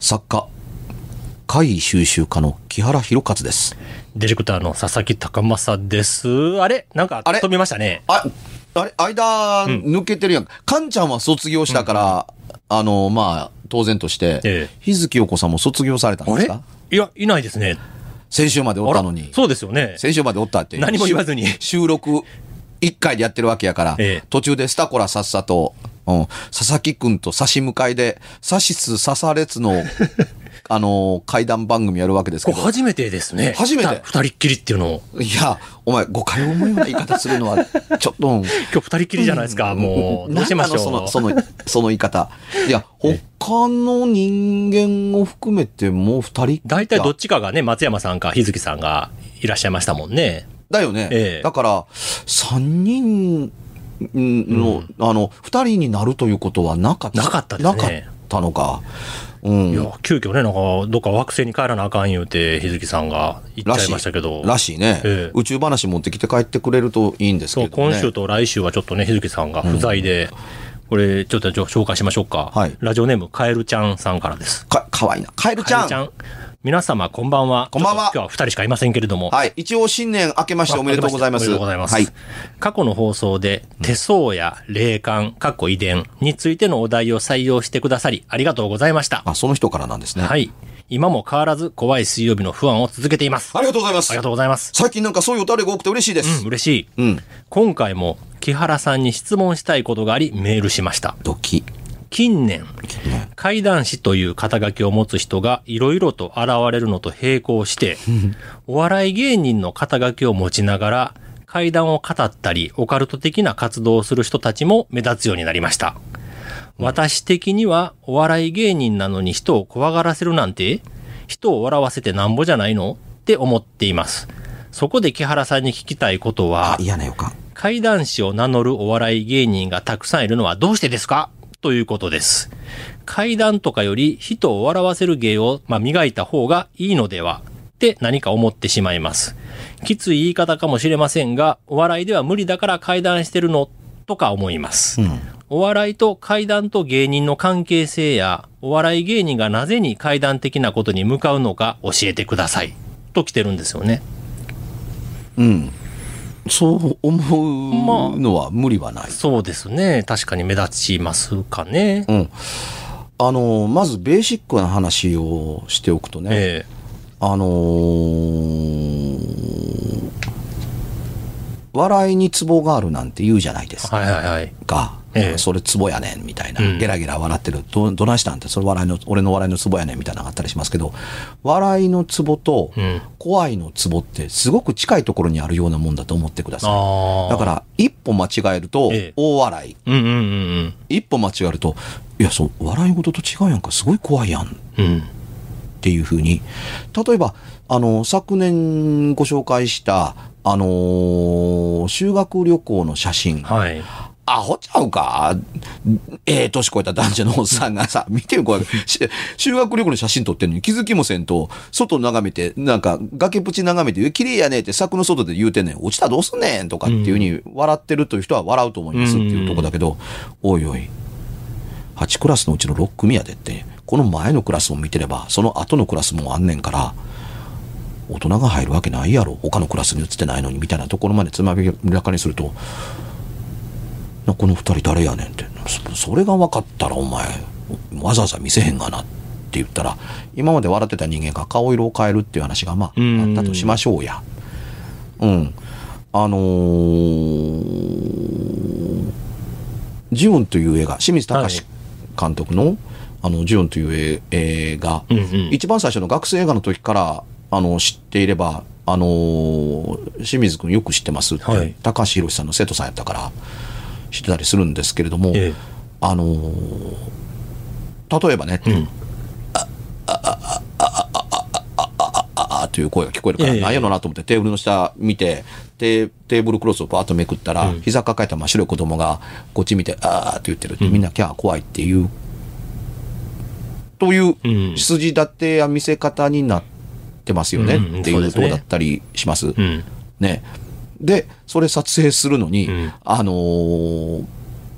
作家、怪異収集家の木原博一です。 ディレクターの佐々木高政です。あれなんか飛びましたね。 あれ間抜けてるやん。かんちゃんは卒業したから、まあ、当然として、日月陽子さんも卒業されたんですか？ いや、いないですね。 先週までおったのに。 そうですよね。 先週までおったって。 何も言わずに。 収録1回でやってるわけやから、途中でスタコラさっさと、佐々木くんと差し向かいで、差しつ刺されつの、怪談番組やるわけですけど。 これ初めてですね。 初めて。 二人っきりっていうのを。 いや、お前、誤解を思うような言い方するのは、ちょっと。 今日二人っきりじゃないですか、もう。どうしましょう。 その言い方。いや、他の人間を含めてもう二人。 大体どっちかがね、松山さんか日月さんがいらっしゃいましたもんね。 だよね。だから、三人の、二人になるということはなかったですね。なかったのか。 いや、急遽ね、なんか、どっか惑星に帰らなあかん言うて、日月さんが言っちゃいましたけど。 らしいね。宇宙話持ってきて帰ってくれるといいんですけどね。 そう、今週と来週はちょっとね、日月さんが不在で、これ、ちょっと紹介しましょうか。はい。ラジオネーム、カエルちゃんさんからです。 かわいいな。カエルちゃん。 皆様、こんばんは。 こんばんは。 今日は二人しかいませんけれども。 はい。一応、新年明けましておめでとうございます。 おめでとうございます。はい。過去の放送で、手相や霊感、遺伝についてのお題を採用してくださり、ありがとうございました。 その人からなんですね。 はい。今も変わらず怖い水曜日の不安を続けています。 ありがとうございます。 ありがとうございます。 最近なんかそういうお便りが多くて嬉しいです。 嬉しい。今回も、木原さんに質問したいことがあり、メールしました。 ドキ。 近年、怪談師という肩書きを持つ人がいろいろと現れるのと並行して、お笑い芸人の肩書きを持ちながら、怪談を語ったり、オカルト的な活動をする人たちも目立つようになりました。私的には、お笑い芸人なのに人を怖がらせるなんて、人を笑わせてなんぼじゃないのって思っています。そこで木原さんに聞きたいことは、 嫌な予感。 怪談師を名乗るお笑い芸人がたくさんいるのはどうしてですかということです。怪談とかより人を笑わせる芸を、磨いた方がいいのではって何か思ってしまいます。きつい言い方かもしれませんが、お笑いでは無理だから怪談してるのとか思います。お笑いと怪談と芸人の関係性や、お笑い芸人がなぜに怪談的なことに向かうのか教えてください。と来てるんですよね。 そう思うのは無理はない。 そうですね。確かに目立ちますかね。 まずベーシックな話をしておくとね、笑いにツボがあるなんて言うじゃないですか。それツボやねんみたいな、ゲラゲラ笑ってる、どないしたんって、それ俺の笑いのツボやねんみたいなのがあったりしますけど、笑いのツボと怖いのツボってすごく近いところにあるようなもんだと思ってください。だから一歩間違えると大笑い、一歩間違えるといや笑い事と違うやんか、すごい怖いやん、っていうふうに、例えば昨年ご紹介した修学旅行の写真、アホちゃうか、年越えた男女のおっさんがさ、見てよ、これ、修学旅行の写真撮ってるのに気づきもせんと、外眺めて、なんか、崖っぷち眺めて、綺麗やねって柵の外で言うてんねん。落ちたらどうすんねんとかっていうふうに笑ってるという人は笑うと思いますっていうとこだけど、おいおい、8クラスのうちの6組やでって、この前のクラスも見てれば、その後のクラスもあんねんから、大人が入るわけないやろ。他のクラスに移ってないのに、みたいなところまでつまびらかにすると、この二人誰やねんって、それが分かったらお前わざわざ見せへんがなって言ったら、今まで笑ってた人間が顔色を変えるっていう話があったとしましょうや。ジューンという映画、清水崇監督のジューンという映画、一番最初の学生映画の時から知っていれば、清水君よく知ってますって、高橋宏さんの生徒さんやったから知ってたりするんですけれども、例えばね、という声が聞こえるから、何やろなと思ってテーブルの下見て、テーブルクロスをパーッとめくったら、膝抱えた真っ白い子供がこっち見て、あーって言ってるって、みんなキャー怖いっていう、という筋立てや見せ方になってますよねっていうところだったりします。ね。で、それ撮影するのに、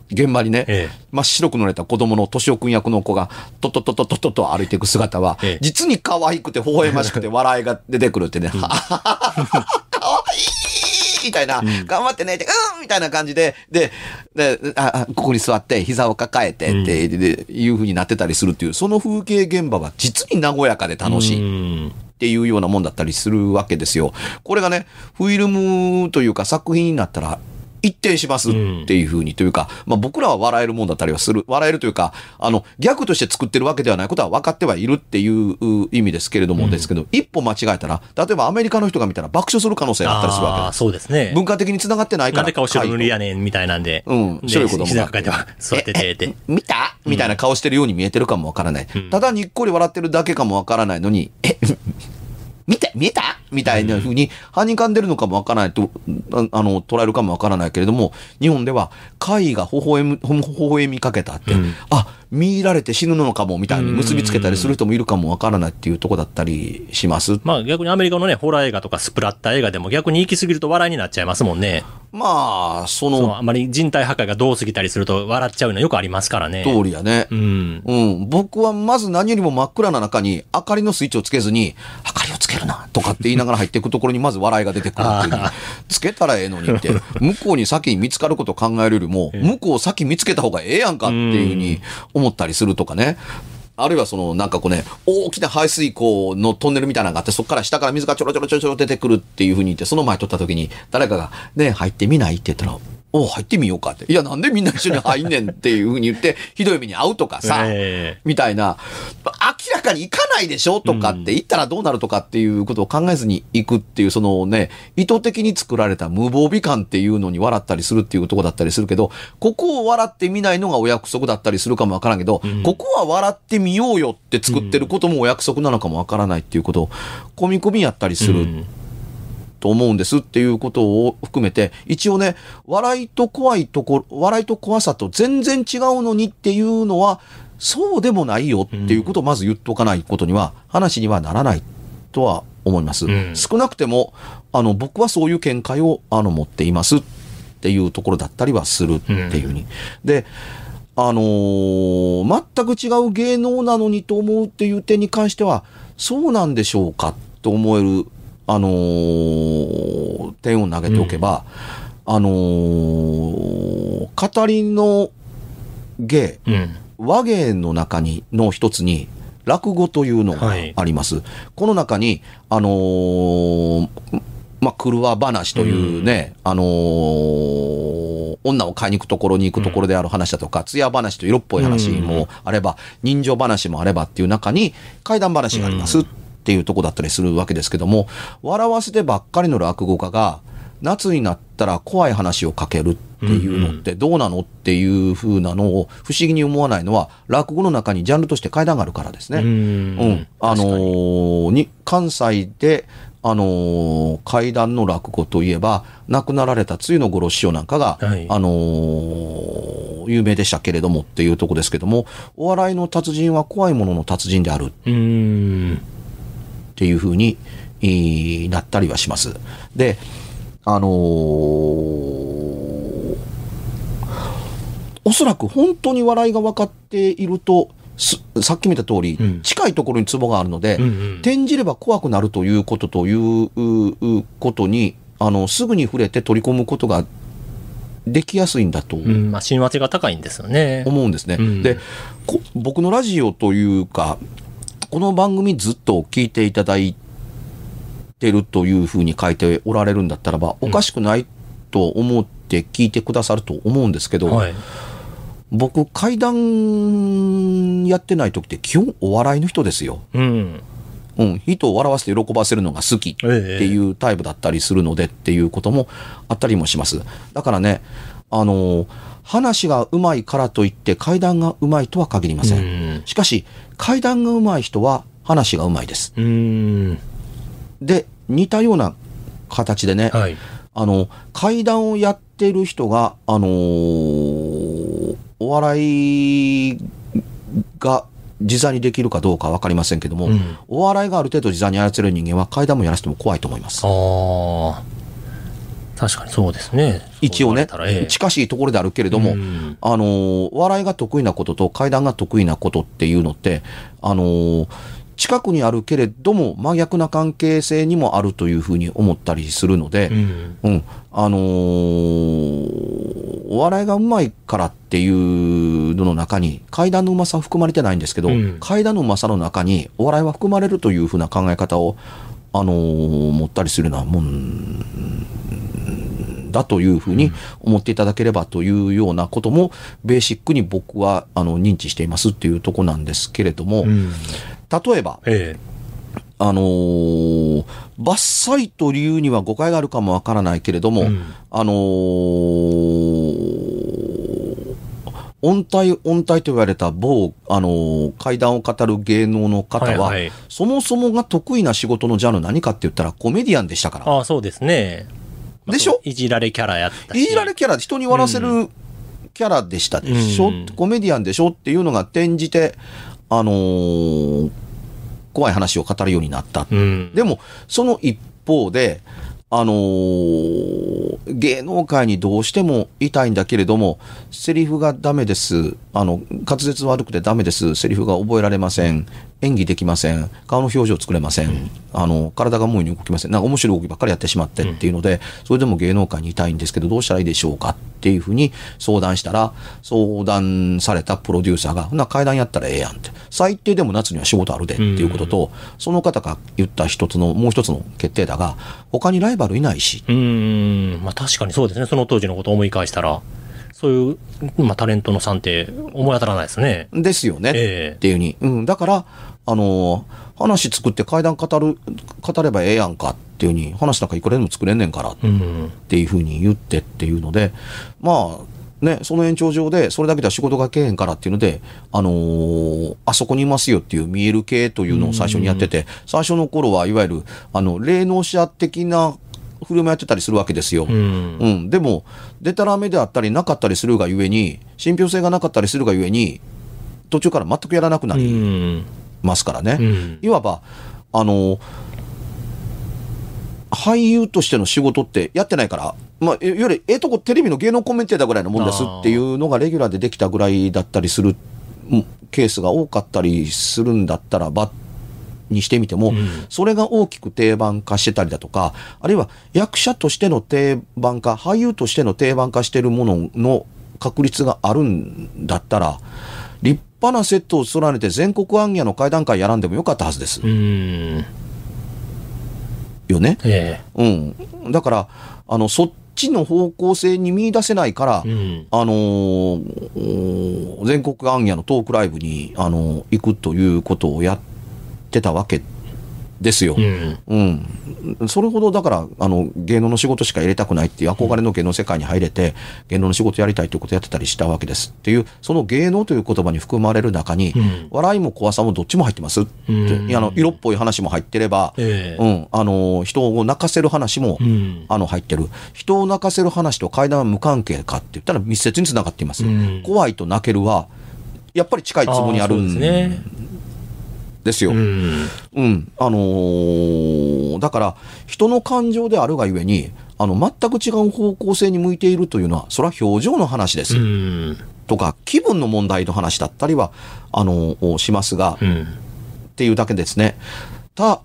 現場にね、真っ白く濡れた子供の敏夫君役の子が、と歩いていく姿は、実に可愛くて微笑ましくて笑いが出てくるってね、可愛いみたいな、頑張ってねって、みたいな感じで、ここに座って膝を抱えてっていう風になってたりするっていう、その風景現場は実に和やかで楽しい。っていうようなもんだったりするわけですよ。これがね、フィルムというか作品になったら、一転しますっていうふうにというか、僕らは笑えるもんだったりはする。笑えるというか、ギャグとして作ってるわけではないことは分かってはいるっていう意味ですけれども、ですけど、一歩間違えたら、例えばアメリカの人が見たら爆笑する可能性があったりするわけです。 そうですね。 文化的に繋がってないから。 なんで顔してるのにやねんみたいなんで。 白い子供が。 座っててって。 見たみたいな顔してるように見えてるかもわからない。ただにっこり笑ってるだけかもわからないのに、見えたみたいな風に、はにかんでるのかもわからないと、捉えるかもわからないけれども、日本では、怪異が微笑みかけたって、見入られて死ぬのかもみたいに結びつけたりする人もいるかもわからないっていうとこだったりします。 逆にアメリカのね、ホラー映画とかスプラッター映画でも逆に行き過ぎると笑いになっちゃいますもんね。 あまり人体破壊がどう過ぎたりすると笑っちゃうのよくありますからね。 通りやね。僕はまず何よりも真っ暗な中に明かりのスイッチをつけずに、明かりをつけるなとかって言いながら入っていくところにまず笑いが出てくるっていう。つけたらええのにって、向こうに先に見つかることを考えるよりも、向こうを先見つけた方がええやんかっていうふうに思ったりするとかね。あるいは大きな排水溝のトンネルみたいなのがあって、そこから下から水がちょろ出てくるっていう風に言って、その前撮った時に、誰かが、ね、入ってみないって言ったら、入ってみようかって。いや、なんでみんな一緒に入んねんっていう風に言って、ひどい目に遭うとかさ、みたいな、明らかに行かないでしょとかって、行ったらどうなるとかっていうことを考えずに行くっていう、意図的に作られた無防備感っていうのに笑ったりするっていうとこだったりするけど、ここを笑ってみないのがお約束だったりするかもわからんけど、ここは笑ってみようよって作ってることもお約束なのかもわからないっていうことを、込み込みやったりする。と思うんですっていうことを含めて、一応ね、笑いと怖さと全然違うのにっていうのは、そうでもないよっていうことをまず言っておかないことには、話にはならないとは思います。少なくても、僕はそういう見解を、持っていますっていうところだったりはするっていうふうに。で、全く違う芸能なのにと思うっていう点に関しては、そうなんでしょうかと思える、点を投げておけば、語りの芸、話芸の中の一つに、落語というのがあります。この中に、車話というね、女を買いに行くところに行くところである話だとか、艶話と色っぽい話もあれば、人情話もあればっていう中に、怪談話がありますっていうとこだったりするわけですけども、笑わせてばっかりの落語家が、夏になったら怖い話をかけるっていうのってどうなのっていう風なのを不思議に思わないのは、落語の中にジャンルとして怪談があるからですね。関西で、怪談の落語といえば、亡くなられた露野五郎師匠なんかが、有名でしたけれどもっていうとこですけども、お笑いの達人は怖いものの達人であるっていう風になったりはします。で、おそらく本当に笑いが分かっていると、さっき見た通り、近いところにツボがあるので、転じれば怖くなるということに、すぐに触れて取り込むことができやすいんだと。 親和性が高いんですよね。 思うんですね。で、僕のラジオというか、この番組ずっと聞いていただいてるというふうに書いておられるんだったらば、おかしくないと思って聞いてくださると思うんですけど、僕、怪談やってない時って基本お笑いの人ですよ。人を笑わせて喜ばせるのが好きっていうタイプだったりするのでっていうこともあったりもします。だからね、話が上手いからといって怪談が上手いとは限りません。しかし、怪談が上手い人は話が上手いです。で、似たような形でね、怪談をやってる人が、お笑いが自在にできるかどうかわかりませんけども、お笑いがある程度自在に操れる人間は怪談もやらせても怖いと思います。 確かにそうですね。 一応ね、近しいところであるけれども、笑いが得意なことと怪談が得意なことっていうのって、近くにあるけれども真逆な関係性にもあるというふうに思ったりするので、お笑いがうまいからっていうのの中に怪談のうまさは含まれてないんですけど、怪談のうまさの中にお笑いは含まれるというふうな考え方を、持ったりするようなもんだというふうに思っていただければというようなこともベーシックに僕は認知していますっていうところなんですけれども、例えば、伐採というには誤解があるかもわからないけれども、音体と言われた某、怪談を語る芸能の方は、そもそもが得意な仕事のジャンル何かって言ったらコメディアンでしたから。 ああ、そうですね。 でしょ？ いじられキャラやったし。 いじられキャラ、人に笑わせるキャラでしたでしょ？コメディアンでしょっていうのが転じて、怖い話を語るようになった。でも、その一方で、芸能界にどうしてもいたいんだけれども、セリフがダメです。滑舌悪くてダメです。セリフが覚えられません。演技できません。顔の表情作れません。体が思うように動きません。なんか面白い動きばっかりやってしまってっていうので、それでも芸能界にいたいんですけど、どうしたらいいでしょうかっていうふうに相談したら、相談されたプロデューサーが、怪談やったらええやんって。最低でも夏には仕事あるでっていうことと、その方が言ったもう一つの決定だが、他にライバルいないし。 まあ確かにそうですね。その当時のことを思い返したら、そういう、タレントのさんって思い当たらないですね。 ですよね。っていうふうに。だから、話作って怪談語ればええやんかっていうふうに、話なんかいくらでも作れんねんからっていうふうに言ってっていうので、まあ、ね、その延長上で、それだけでは仕事がけえへんからっていうので、あそこにいますよっていう見える系というのを最初にやってて、最初の頃はいわゆる、霊能者的な振る舞いやってたりするわけですよ。でも、デタラメであったりなかったりするがゆえに、信憑性がなかったりするがゆえに、途中から全くやらなくなりますからね。いわば、俳優としての仕事ってやってないから、いわゆるテレビの芸能コメンテーターぐらいのもんですっていうのがレギュラーでできたぐらいだったりするケースが多かったりするんだったらば、にしてみても、それが大きく定番化してたりだとか、あるいは役者としての定番化、俳優としての定番化しているものの確率があるんだったら、立派なセットを連ねて全国行脚の怪談会やらんでもよかったはずです。よね。だから、そっちの方向性に見出せないから、全国行脚のトークライブに、行くということをやってたわけですよ。それほどだから芸能の仕事しか入れたくないっていう憧れの芸能世界に入れて、芸能の仕事やりたいということをやってたりしたわけですっていう、その芸能という言葉に含まれる中に、笑いも怖さもどっちも入ってますって、色っぽい話も入ってれば、人を泣かせる話も、入ってる。人を泣かせる話と怪談は無関係かって言ったら密接につながっています。怖いと泣けるはやっぱり近いツボにあるんですよ。だから人の感情であるがゆえに全く違う方向性に向いているというのはそれは表情の話ですとか気分の問題の話だったりはしますが、っていうだけですね。テ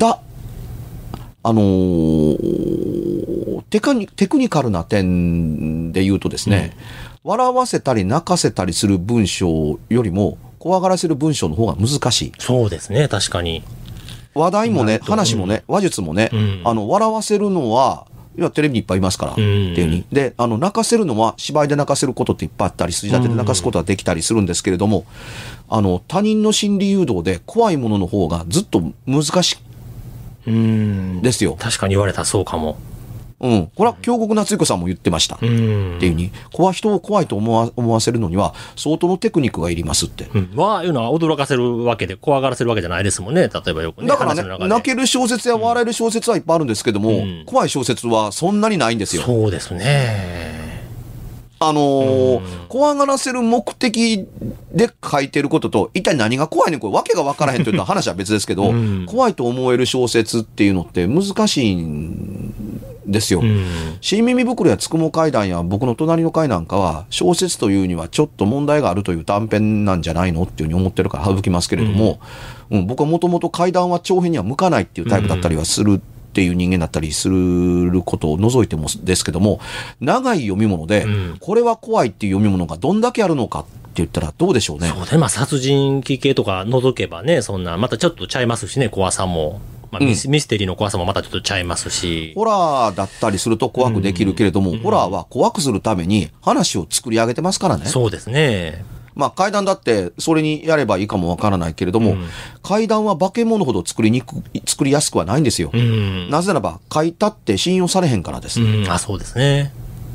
クニカルな点で言うとですね、笑わせたり泣かせたりする文章よりも怖がらせる文章の方が難しい。 そうですね、確かに。 話題もね、話もね、話術もね、笑わせるのは、テレビにいっぱいいますから、っていう風に。で、泣かせるのは、芝居で泣かせることっていっぱいあったり、筋立てで泣かすことができたりするんですけれども、他人の心理誘導で怖いものの方がずっと難しいですよ。 確かに言われたらそうかも。 これは京極夏彦さんも言ってました。っていう風に、人を怖いと思わせるのには、相当のテクニックがいりますって。 いうのは驚かせるわけで、怖がらせるわけじゃないですもんね。例えばよくね。 だからね、泣ける小説や笑える小説はいっぱいあるんですけども、怖い小説はそんなにないんですよ。 そうですね。 怖がらせる目的で書いてることと、一体何が怖いねん、これ、わけがわからへんというのは話は別ですけど、怖いと思える小説っていうのって難しいんですよ。新耳袋やつくも会談や僕の隣の会なんかは、小説というにはちょっと問題があるという短編なんじゃないのっていうふうに思ってるから省きますけれども、僕はもともと会談は長編には向かないっていうタイプだったりはするっていう人間だったりすることを除いてもですけども、長い読み物で、これは怖いっていう読み物がどんだけあるのかって言ったらどうでしょうね。 そうね。まあ殺人鬼系とか除けばね、そんな、またちょっとちゃいますしね、怖さも。まあミステリーの怖さもまたちょっとちゃいますし。 ホラーだったりすると怖くできるけれども、ホラーは怖くするために話を作り上げてますからね。 そうですね。 まあ怪談だってそれにやればいいかもわからないけれども、怪談は化け物ほど作りやすくはないんですよ。なぜならば書いたって信用されへんからです。 あ、そうですね。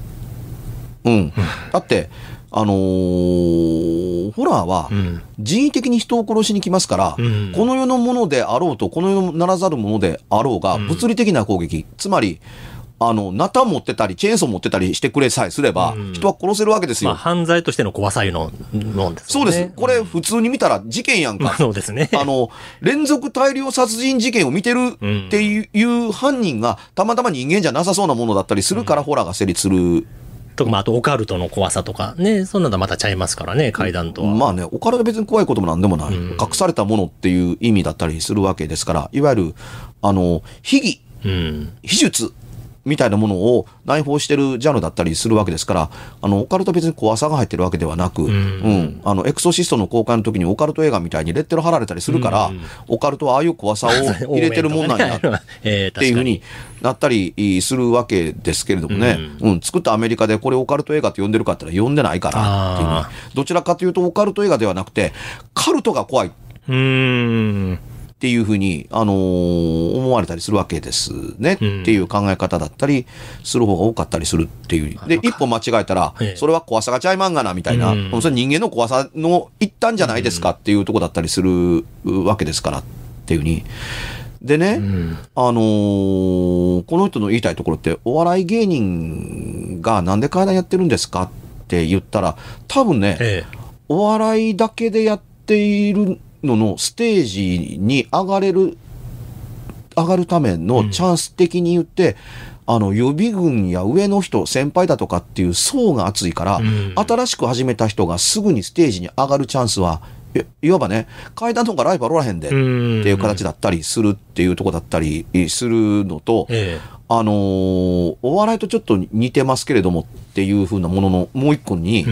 だって、ホラーは人為的に人を殺しに来ますから、この世のものであろうと、この世のならざるものであろうが、物理的な攻撃、つまり、ナタ持ってたり、チェーンソー持ってたりしてくれさえすれば、人は殺せるわけですよ。 まあ、犯罪としての怖さいうのですね。 そうです。これ、普通に見たら事件やんか。 そうですね。 連続大量殺人事件を見てるっていう犯人が、たまたま人間じゃなさそうなものだったりするから、ホラーが成立する。 とか、まあ、あと、オカルトの怖さとかね、そんなのまたちゃいますからね、怪談とは。 まあね、オカルトは別に怖いこともなんでもない。隠されたものっていう意味だったりするわけですから、いわゆる、秘術みたいなものを内包してるジャンルだったりするわけですから、オカルトは別に怖さが入ってるわけではなく、エクソシストの公開の時にオカルト映画みたいにレッテル貼られたりするから、オカルトはああいう怖さを入れてるもんなんやっていうふうになったりするわけですけれどもね、作ったアメリカでこれオカルト映画って呼んでるかって言ったら呼んでないからっていうね、どちらかというとオカルト映画ではなくて、カルトが怖い。っていうふうに、思われたりするわけですね、っていう考え方だったりする方が多かったりするっていう。で、一歩間違えたら、それは怖さがちゃいまんがな、みたいな、それ人間の怖さの一端じゃないですかっていうところだったりするわけですからっていうふうに。でね、この人の言いたいところって、お笑い芸人がなんで怪談やってるんですかって言ったら、多分ね、お笑いだけでやっているのステージに上がるためのチャンス的に言って、予備軍や上の人、先輩だとかっていう層が厚いから、新しく始めた人がすぐにステージに上がるチャンスは、いわばね、階段とかライバルおらへんでっていう形だったりするっていうとこだったりするのと、お笑いとちょっと似てますけれどもっていう風なもののもう一個に、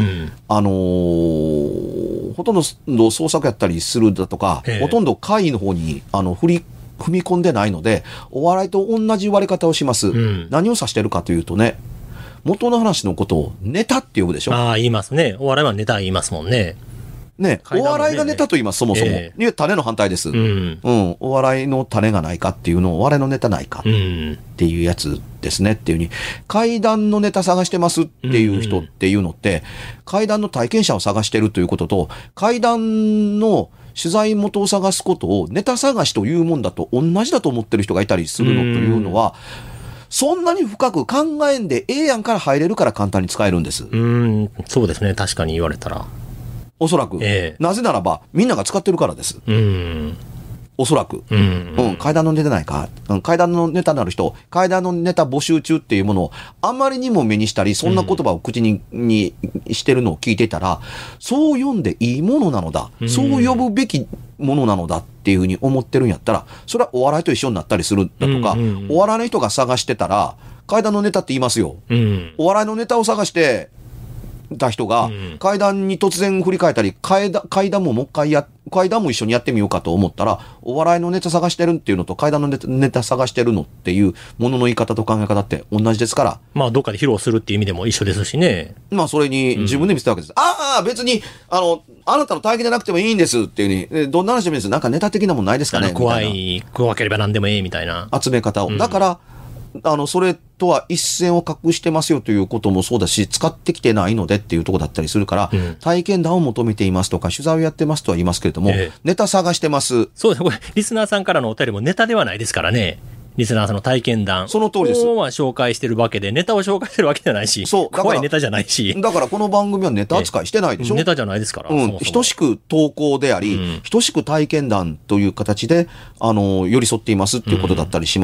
ほとんど創作やったりするだとか、ほとんど会議の方に踏み込んでないので、お笑いと同じ割り方をします。何を指してるかというとね、元の話のことをネタって呼ぶでしょ。 ああ、言いますね。お笑いはネタ言いますもんね。 ね、お笑いがネタと言います、そもそも。種の反対です。お笑いの種がないかっていうのを、お笑いのネタないかっていうやつですねっていうに、怪談のネタ探してますっていう人っていうのって、怪談の体験者を探してるということと、怪談の取材元を探すことをネタ探しというもんだと同じだと思ってる人がいたりするのというのは、そんなに深く考えんでええやんから入れるから簡単に使えるんです。 そうですね。確かに言われたら。 おそらく、なぜならばみんなが使ってるからです。おそらく。怪談のネタないか、怪談のネタのある人、怪談のネタ募集中っていうものをあまりにも目にしたり、そんな言葉を口にしてるのを聞いてたら、そう読んでいいものなのだ、そう呼ぶべきものなのだっていうふうに思ってるんやったら、それはお笑いと一緒になったりするだとか、お笑いの人が探してたら、怪談のネタって言いますよ。お笑いのネタを探して、た人が、怪談に突然振り返ったり、怪談も怪談も一緒にやってみようかと思ったら、お笑いのネタ探してるっていうのと怪談のネタ探してるのっていうものの言い方と考え方って同じですから。 まあ、どっかで披露するっていう意味でも一緒ですしね。 まあ、それに自分で見せたわけです。別に、あなたの体験じゃなくてもいいんですっていうふうに、どんな話でもいいです。なんかネタ的なもんないですかね。 怖ければ何でもいいみたいな。 集め方を。だから、それとは一線を画してますよということもそうだし、使ってきてないのでっていうところだったりするから、体験談を求めていますとか、取材をやってますとは言いますけれども、ネタ探してます。 そうですね。これ、リスナーさんからのお便りもネタではないですからね。リスナーさんの体験談。 その通りです。 は紹介してるわけで、ネタを紹介してるわけじゃないし、怖いネタじゃないし。 だからこの番組はネタ扱いしてないでしょ。 ネタじゃないですから。 等しく投稿であり、等しく体験談という形で、寄り添っていますっていうことだったりしますっ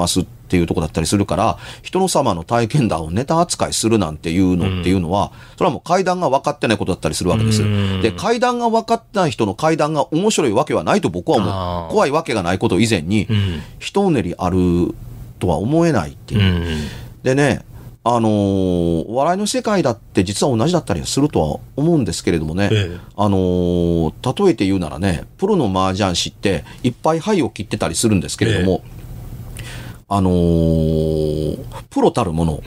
っていうところだったりするから、人様の体験談をネタ扱いするなんていうのっていうのは、それはもう怪談が分かってないことだったりするわけです。で、怪談が分かってない人の怪談が面白いわけはないと僕は思う。怖いわけがないこと以前に、一うねりあるとは思えないっていう。でね、お笑いの世界だって実は同じだったりするとは思うんですけれどもね、例えて言うならね、プロの麻雀師っていっぱい牌を切ってたりするんですけれども、プロたるもの、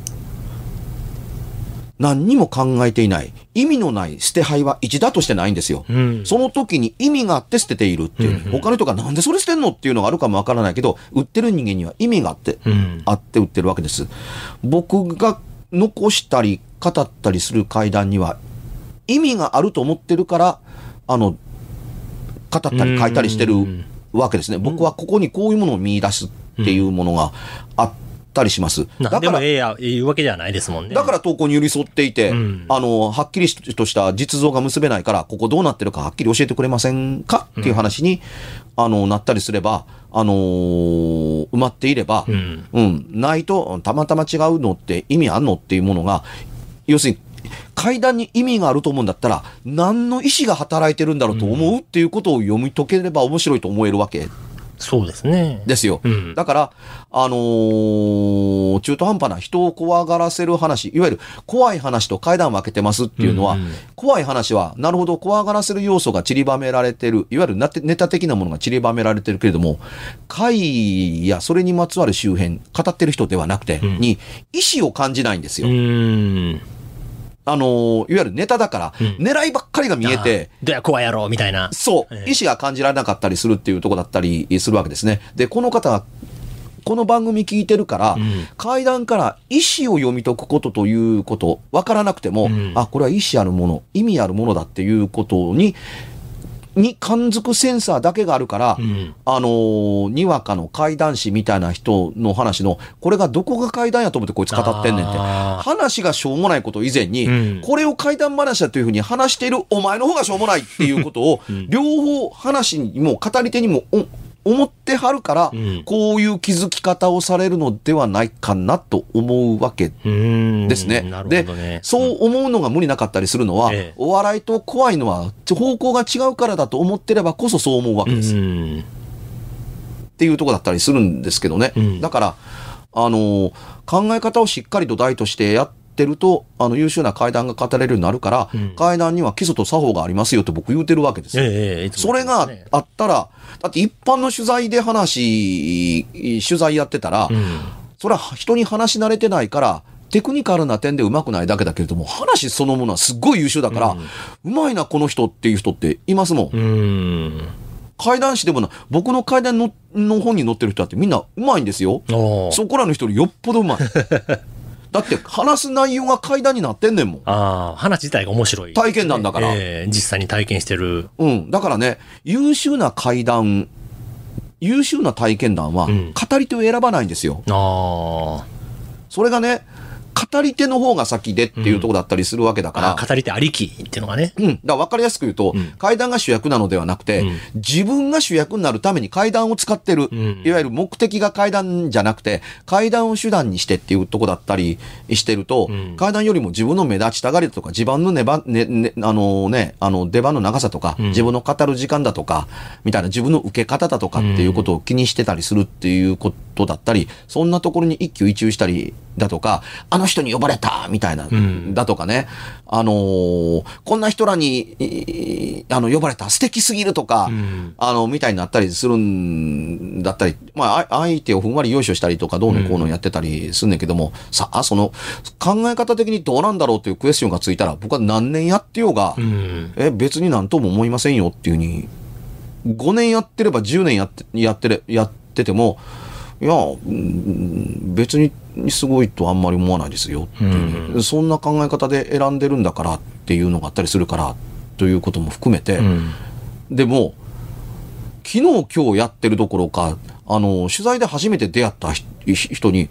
何にも考えていない、意味のない捨て牌は一打としてないんですよ。その時に意味があって捨てているっていう、他の人がなんでそれ捨てんのっていうのがあるかもわからないけど、売ってる人間には意味があって、あって売ってるわけです。僕が残したり語ったりする怪談には意味があると思ってるから、語ったり書いたりしてるわけですね。僕はここにこういうものを見出すっていうものがあったりします。だからでも言うわけじゃないですもんね。 だから投稿に寄り添っていて、はっきりとした実像が結べないから、ここどうなってるかはっきり教えてくれませんかっていう話に、なったりすれば、埋まっていれば、ないとたまたま違うのって意味あんのっていうものが、要するに、怪談に意味があると思うんだったら、何の意思が働いてるんだろうと思うっていうことを読み解ければ面白いと思えるわけ。 そうですね。 ですよ。だから、中途半端な人を怖がらせる話、いわゆる怖い話と怪談を分けてますっていうのは、怖い話は、なるほど、怖がらせる要素が散りばめられてる、いわゆるネタ的なものが散りばめられてるけれども、怪やそれにまつわる周辺、語ってる人ではなくて、に、意思を感じないんですよ。いわゆるネタだから、狙いばっかりが見えて、 どや怖いやろみたいな。 そう、意思が感じられなかったりするっていうところだったりするわけですね。で、この方は、この番組聞いてるから、怪談から意思を読み解くことということ、わからなくても、これは意思あるもの、意味あるものだっていうことに感づくセンサーだけがあるから、にわかの怪談師みたいな人の話の、これがどこが怪談やと思ってこいつ語ってんねんって。話がしょうもないこと以前に、これを怪談話だというふうに話しているお前の方がしょうもないっていうことを、両方話にも語り手にも思ってはるから、こういう気づき方をされるのではないかなと思うわけですね。で、そう思うのが無理なかったりするのは、お笑いと怖いのは方向が違うからだと思ってればこそそう思うわけです。っていうところだったりするんですけどね。だから、考え方をしっかりと題としてやってると、優秀な怪談が語れるようになるから、怪談には基礎と作法がありますよって僕言うてるわけですよ。それがあったら、だって一般の取材で取材やってたら、それは人に話し慣れてないから、テクニカルな点で上手くないだけだけれども、話そのものはすっごい優秀だから、上手いなこの人っていう人っていますもん。怪談師でもな、僕の怪談の本に載ってる人だってみんな上手いんですよ。そこらの人よりよっぽど上手い。だって話す内容が怪談になってんねんもん。 話自体が面白い。 体験談だから。 実際に体験してる。 だからね、優秀な怪談、優秀な体験談は、語り手を選ばないんですよ。それがね、語り手の方が先でっていうところだったりするわけだから。 語り手ありきっていうのがね。 だから分かりやすく言うと、怪談が主役なのではなくて、自分が主役になるために怪談を使ってる。いわゆる目的が怪談じゃなくて、怪談を手段にしてっていうところだったりしてると、怪談よりも自分の目立ちたがりだとか、自分の出番の長さとか、自分の語る時間だとか、みたいな自分の受け方だとかっていうことを気にしてたりするっていうことだったり、そんなところに一喜一憂したりだとか、あの人に呼ばれたみたいな、だとかね、こんな人らに呼ばれた素敵すぎるとか、みたいになったりするんだったり、相手をふんわり用意したりとかどうのこうのやってたりすんねんけども、さあその考え方的にどうなんだろうというクエスチョンがついたら、僕は何年やってようが、別になんとも思いませんよっていうふうに、5年やってれば10年やってても、いや、別にすごいとあんまり思わないですよっていう、そんな考え方で選んでるんだからっていうのがあったりするからということも含めて、でも昨日今日やってるどころか、取材で初めて出会った人に、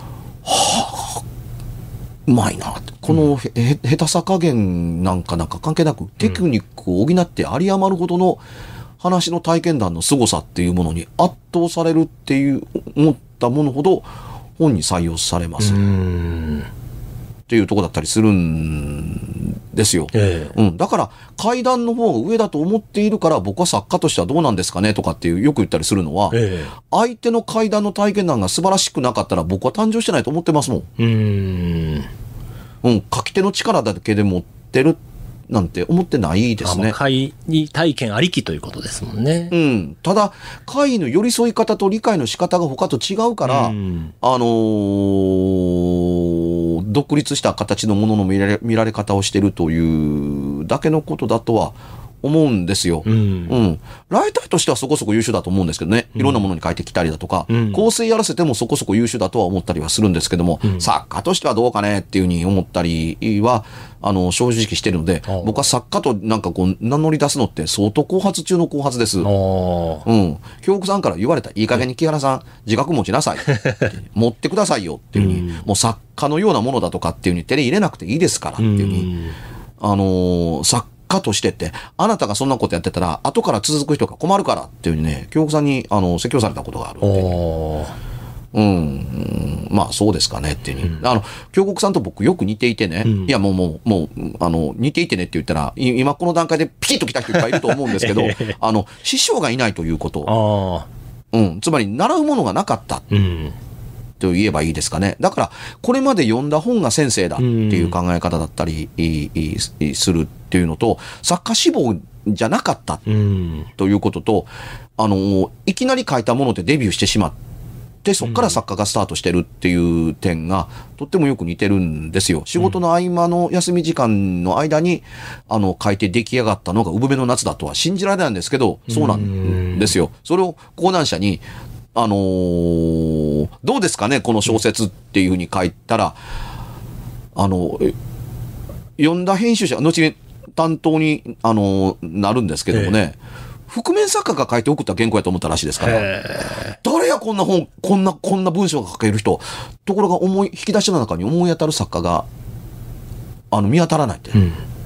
うまいなって、この下手さ加減なんか関係なく、テクニックを補って有り余るほどの話の体験談の凄さっていうものに圧倒されるっていう思っったものほど本に採用されますっていうところだったりするんですよ、だから怪談の方が上だと思っているから僕は作家としてはどうなんですかねとかっていうよく言ったりするのは、相手の怪談の体験談が素晴らしくなかったら僕は誕生してないと思ってますもん。書き手の力だけで持ってるなんて思ってないですね。 怪体験ありきということですもんね。 ただ怪の寄り添い方と理解の仕方が他と違うから、独立した形のものの見られ方をしているというだけのことだとは思うんですよ。ライターとしてはそこそこ優秀だと思うんですけどね。いろんなものに書いてきたりだとか、構成やらせてもそこそこ優秀だとは思ったりはするんですけども、作家としてはどうかねっていうふうに思ったりは、正直してるので、僕は作家となんかこう名乗り出すのって相当後発中の後発です。京極さんから言われた、いい加減に木原さん、自覚持ちなさい。持ってくださいよっていうふうに、もう作家のようなものだとかっていうふうに手に入れなくていいですからっていうふうに、作家としてって、あなたがそんなことやってたら、後から続く人が困るからっていうふうにね、京極さんに説教されたことがあるんで。まあそうですかねっていうに。京極さんと僕よく似ていてね。いやもう、似ていてねって言ったら、今この段階でピキッと来た人いっぱいいると思うんですけど、師匠がいないということ。つまり習うものがなかった。と言えばいいですかね。だから、これまで読んだ本が先生だっていう考え方だったりするっていうのと、作家志望じゃなかったということと、いきなり書いたものでデビューしてしまって、で、そこから作家がスタートしてるっていう点がとってもよく似てるんですよ。仕事の合間の休み時間の間に書いて出来上がったのが産めの夏だとは信じられないんですけど、そうなんですよ。それを講談社にどうですかねこの小説っていうふうに書いたら、読んだ編集者後に担当になるんですけどもね。覆面作家が書いて送った原稿やと思ったらしいですから。誰やこんな本、こんな文章が書ける人。ところが引き出しの中に思い当たる作家が、見当たらないって。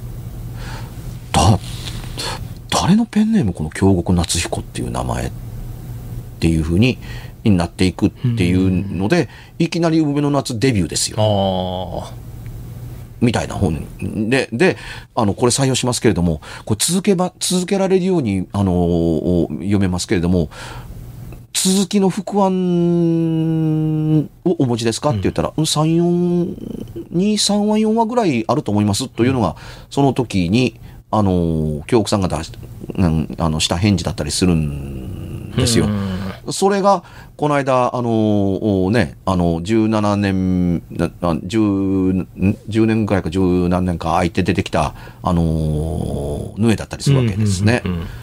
誰のペンネームこの京極夏彦っていう名前っていう風になっていくっていうので、いきなり産めの夏デビューですよ。みたいな本で、これ採用しますけれども、これ続けられるように、読めますけれども、続きの副案をお持ちですかって言ったら、2、3話、4話ぐらいあると思いますというのが、その時に、京極さんがした返事だったりするんですよ。それが、この間、17年、10年くらいか10何年か空いて出てきた、ヌエだったりするわけですね。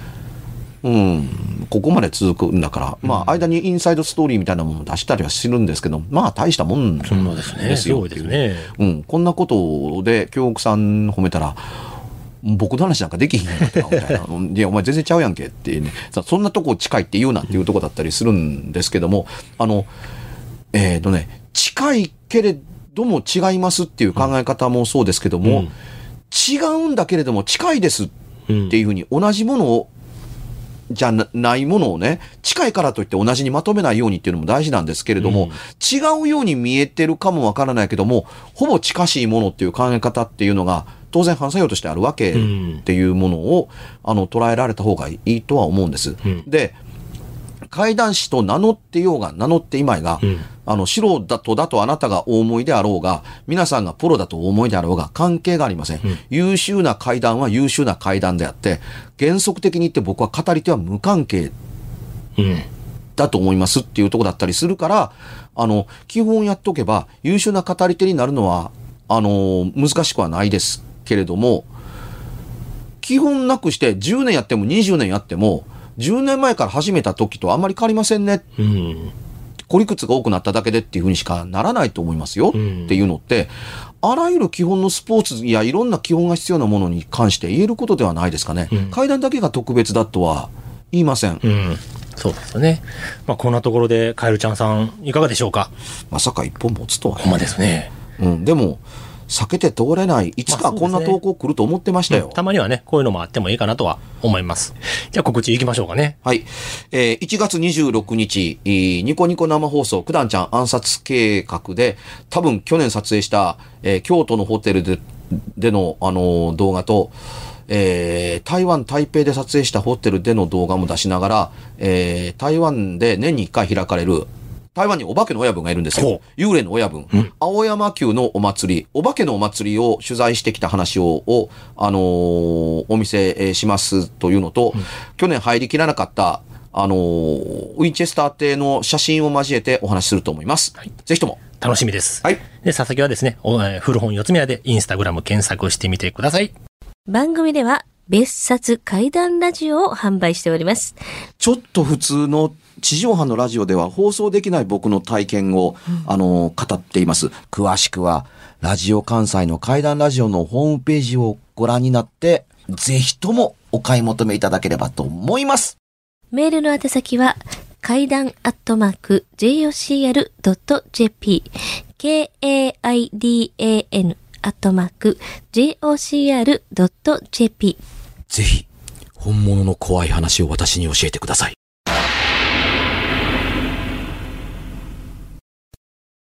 ここまで続くんだから、間にインサイドストーリーみたいなものを出したりはするんですけど、大したもんですよ。こんなことで京極さん褒めたら、僕の話なんかできひんやんかみたいな。いや、お前全然ちゃうやんけってね。そんなとこ近いって言うなっていうとこだったりするんですけども、近いけれども違いますっていう考え方もそうですけども、違うんだけれども近いですっていうふうに同じものを、じゃないものをね、近いからといって同じにまとめないようにっていうのも大事なんですけれども、違うように見えてるかもわからないけども、ほぼ近しいものっていう考え方っていうのが、当然反作用としてあるわけっていうものを、捉えられた方がいいとは思うんです。で、怪談師と名乗ってようが名乗っていまいが、素人だとあなたがお思いであろうが、皆さんがプロだとお思いであろうが関係がありません。優秀な怪談は優秀な怪談であって、原則的に言って僕は語り手は無関係だと思いますっていうところだったりするから、基本やっとけば優秀な語り手になるのは、難しくはないですけれども、基本なくして10年やっても20年やっても、10年前から始めた時とあんまり変わりませんね。孤立が多くなっただけでっていうふうにしかならないと思いますよっていうのって、あらゆる基本のスポーツやいろんな基本が必要なものに関して言えることではないですかね。怪談だけが特別だとは言いません。 そうですよね。こんなところでカエルちゃんさんいかがでしょうか。 まさか一本持つとはね。 ほんまですね。 でも避けて通れない。いつかこんな投稿来ると思ってましたよ。 たまにはね、こういうのもあってもいいかなとは思います。じゃあ告知行きましょうかね。 はい。1月26日、ニコニコ生放送、九段ちゃん暗殺計画で、多分去年撮影した、京都のホテルでの、動画と、台湾、台北で撮影したホテルでの動画も出しながら、台湾で年に1回開かれる、台湾にお化けの親分がいるんですよ。幽霊の親分。青山宮のお祭り、お化けのお祭りを取材してきた話を、お見せしますというのと、去年入りきらなかった、ウィンチェスター邸の写真を交えてお話しすると思います。はい、ぜひとも。 楽しみです。 はい。 で、佐々木はですね、古本四つ目屋でインスタグラム検索してみてください。 番組では、別冊怪談ラジオを販売しております。 ちょっと普通の地上波のラジオでは放送できない僕の体験を、語っています。詳しくは、ラジオ関西の怪談ラジオのホームページをご覧になって、ぜひともお買い求めいただければと思います。 メールの宛先は、怪談@jocr.jp、KAIDAN@jocr.jp。 ぜひ、本物の怖い話を私に教えてください。